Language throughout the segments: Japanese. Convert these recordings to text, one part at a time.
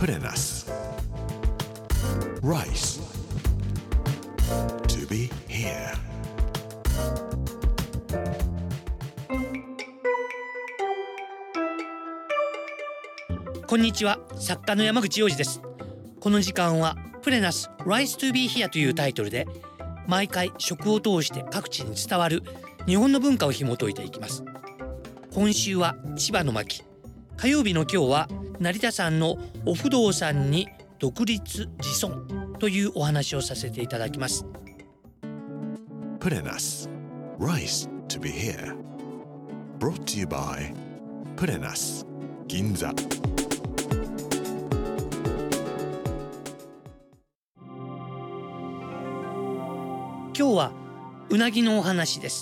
Put in us Rice to be here. こんにちは、作家の山口洋二です。この時間はプレナス Rice to be here というタイトルで毎回食を通して各地に伝わる日本の文化を紐解いていきます。今週は千葉の巻、火曜日の今日は成田山のお不動産に独立自尊というお話をさせていただきます。 Put in us Rice to be here. Brought to you by Put in us 銀座。今日はうなぎのお話です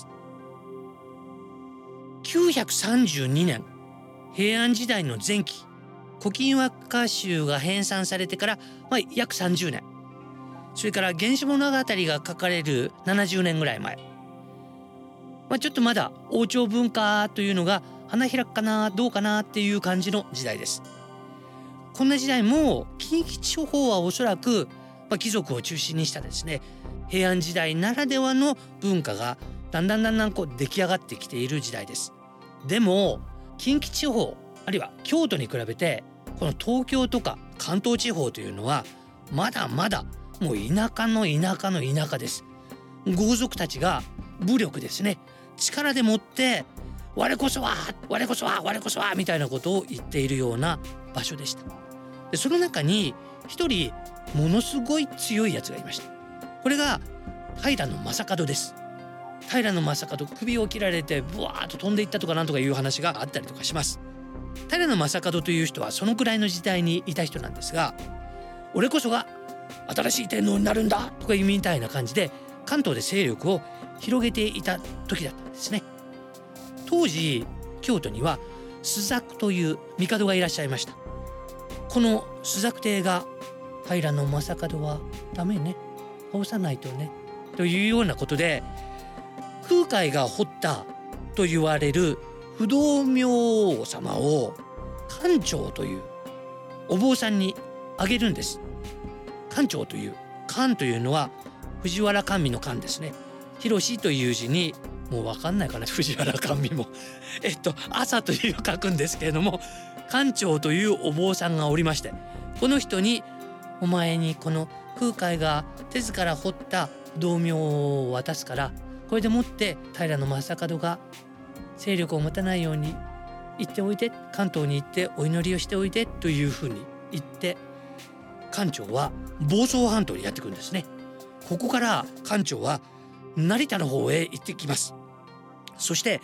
。932年、平安時代の前期、古今和歌集が編纂されてから、約30年、それから源氏物語が書かれる70年ぐらい前、ちょっとまだ王朝文化というのが花開くかなどうかなっていう感じの時代です。こんな時代も近畿地方はおそらく、貴族を中心にしたですね、平安時代ならではの文化がだんだん出来上がってきている時代です。でも近畿地方あるいは京都に比べてこの東京とか関東地方というのはまだまだもう田舎の田舎の田舎です。豪族たちが武力ですね、力でもって我こそは我こそは我こそはみたいなことを言っているような場所でした。でその中に一人ものすごい強いやつがいました。これが平将門です。平将門、首を切られてブワーッと飛んでいったとかなんとかいう話があったりとかします。平将門という人はそのくらいの時代にいた人なんですが、俺こそが新しい天皇になるんだとかいうみたいな感じで関東で勢力を広げていた時だったんですね。当時京都には朱雀という帝がいらっしゃいました。この朱雀帝が平将門はダメね、倒さないとねというようなことで空海が彫ったと言われる不動明王様を館長というお坊さんにあげるんです。館長という館というのは藤原官民の官ですね。広しという字にもう分かんないかな、藤原官民も朝という書くんですけれども、館長というお坊さんがおりまして、この人にお前にこの空海が手ずから彫った道明を渡すから、これでもって平将門が勢力を持たないように行っておいで、関東に行ってお祈りをしておいでというふうに言って、館長は房総半島にやってくるんですね。ここから館長は成田の方へ行ってきます。そして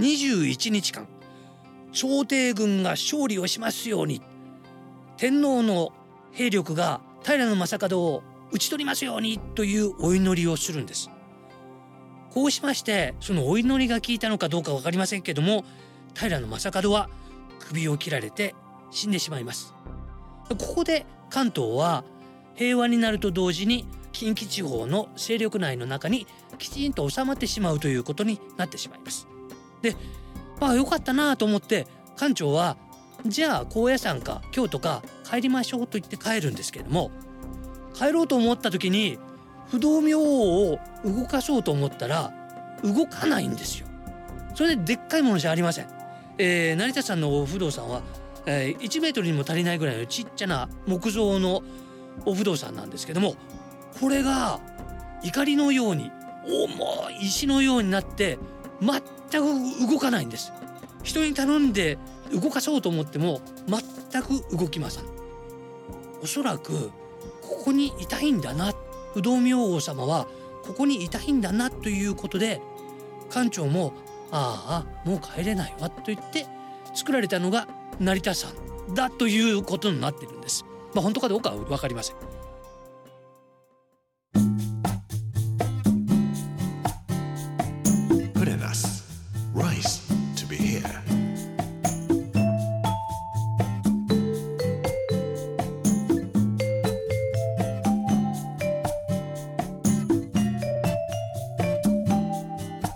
21日間朝廷軍が勝利をしますように、天皇の兵力が平将門を討ち取りますようにというお祈りをするんです。こうしまして、そのお祈りが効いたのかどうか分かりませんけども、平将門は首を切られて死んでしまいます。ここで関東は平和になると同時に近畿地方の勢力内の中にきちんと収まってしまうということになってしまいます。で、よかったなと思って館長はじゃあ高野山か京都か帰りましょうと言って帰るんですけれども、帰ろうと思った時に不動明王を動かそうと思ったら動かないんですよ。それででっかいものじゃありません。成田山のお不動産は、1メートルにも足りないぐらいのちっちゃな木造のお不動産なんですけども、これが怒りのように重い石のようになって全く動かないんです。人に頼んで動かそうと思っても全く動きません。おそらくここにいたいんだな、不動明王様はここにいたいんだなということで、館長ももう帰れないわと言って作られたのが成田山だということになっているんです。本当かどうかは分かりません。 Put in us Rice to be here.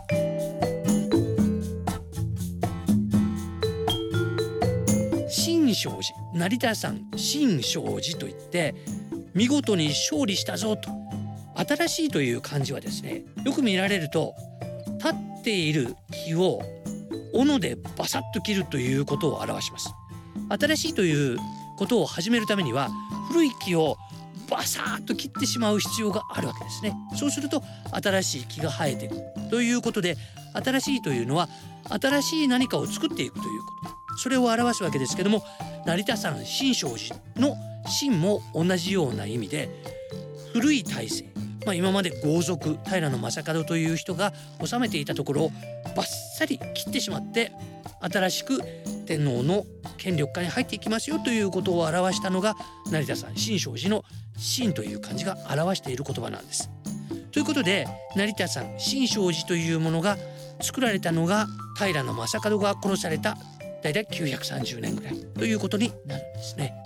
春勝寺、成田山新勝寺といって、見事に勝利したぞと。新しいという漢字はですね、よく見られると立っている木を斧でバサッと切るということを表します。新しいということを始めるためには古い木をバサッと切ってしまう必要があるわけですね。そうすると新しい木が生えてくるということで、新しいというのは新しい何かを作っていくということ、それを表すわけですけども、成田山新勝寺の新も同じような意味で、古い体制、今まで豪族平将門という人が治めていたところをバッサリ切ってしまって、新しく天皇の権力下に入っていきますよということを表したのが成田山新勝寺の新という漢字が表している言葉なんです。ということで、成田山新勝寺というものが作られたのが平将門が殺されただいたい930年ぐらいということになるんですね。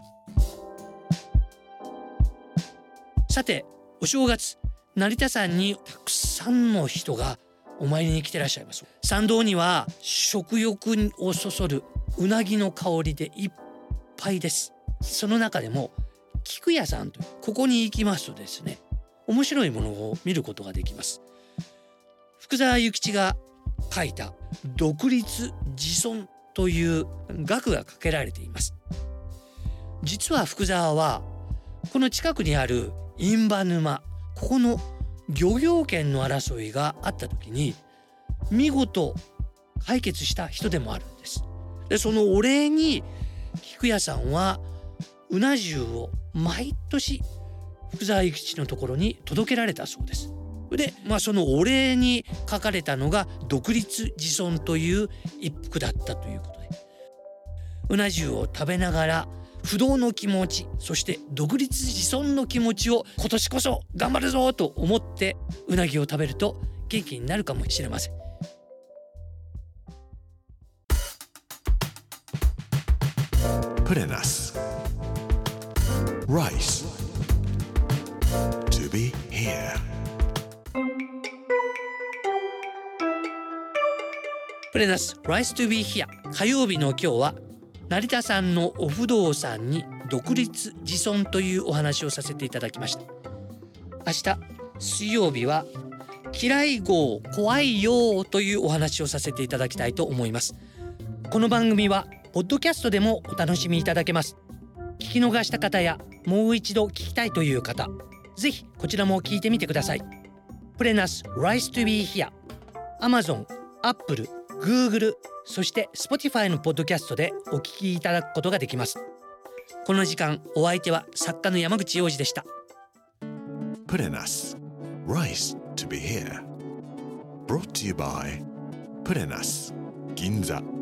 さて、お正月、成田山にたくさんの人がお参りに来てらっしゃいます。参道には食欲をそそるうなぎの香りでいっぱいです。その中でも菊屋さんという、ここに行きますとですね、面白いものを見ることができます。福沢諭吉が書いた独立自尊という額がかけられています。実は福沢はこの近くにある印旛沼、ここの漁業権の争いがあった時に見事解決した人でもあるんです。で、そのお礼に菊屋さんはうな重を毎年福沢諭吉のところに届けられたそうです。で、そのお礼に書かれたのが独立自尊という一服だったということで、うな重を食べながら不動の気持ち、そして独立自尊の気持ちを今年こそ頑張るぞと思ってうなぎを食べると元気になるかもしれません。 プレナス Rice to be here。 プレナス Rice to be here、 火曜日の今日は成田山のお不動産に独立自尊というお話をさせていただきました。明日水曜日は嫌い号怖いよというお話をさせていただきたいと思います。この番組はポッドキャストでもお楽しみいただけます。聞き逃した方やもう一度聞きたいという方、ぜひこちらも聞いてみてください。プレナス Rice to be here、 Amazon、Apple、Google、そして Spotify のポッドキャストでお聞きいただくことができます。この時間、お相手は作家の山口洋二でした。 プレナス Rice to be here Brought to you by プレナス銀座。